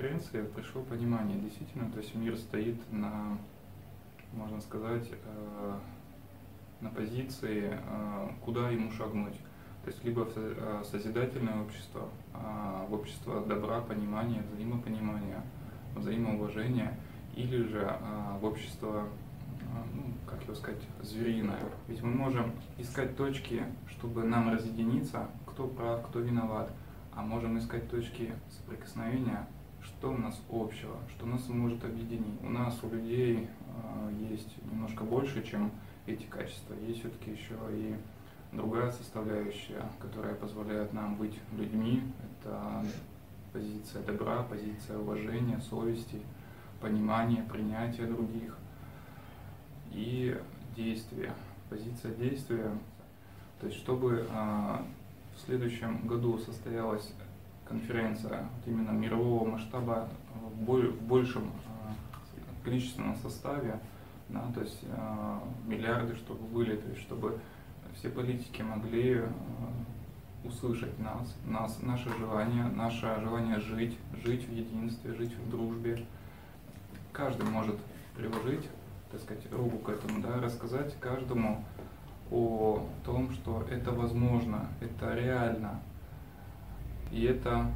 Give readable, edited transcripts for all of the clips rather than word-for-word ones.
конференции пришло понимание, действительно, то есть мир стоит на, можно сказать, на позиции, куда ему шагнуть. То есть либо в созидательное общество, в общество добра, понимания, взаимопонимания, взаимоуважения, или же в общество, ну, как его сказать, звериное. Ведь мы можем искать точки, чтобы нам разъединиться, кто прав, кто виноват, а можем искать точки соприкосновения, что у нас общего, что нас может объединить. У нас, у людей, есть немножко больше, чем эти качества. Есть все-таки еще и другая составляющая, которая позволяет нам быть людьми. Это позиция добра, позиция уважения, совести, понимания, принятия других и действия. Позиция действия. То есть, чтобы в следующем году состоялась конференция вот именно мирового масштаба в большем количественном составе, да, то есть миллиарды, чтобы были, то есть чтобы все политики могли услышать наше желание жить в единстве, жить в дружбе. Каждый может приложить, так сказать, руку к этому, да, рассказать каждому о том, что это возможно, это реально. И это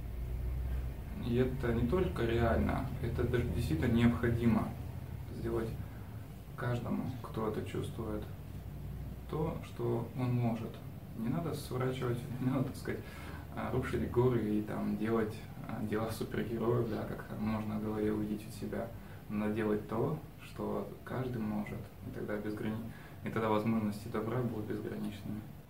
не только реально, это даже действительно необходимо сделать каждому, кто это чувствует, то, что он может. Не надо сворачивать, не надо, так сказать, рушить горы и там делать дела супергероев, да, как можно в голове увидеть у себя. Надо делать то, что каждый может, и тогда возможности добра будут безграничными.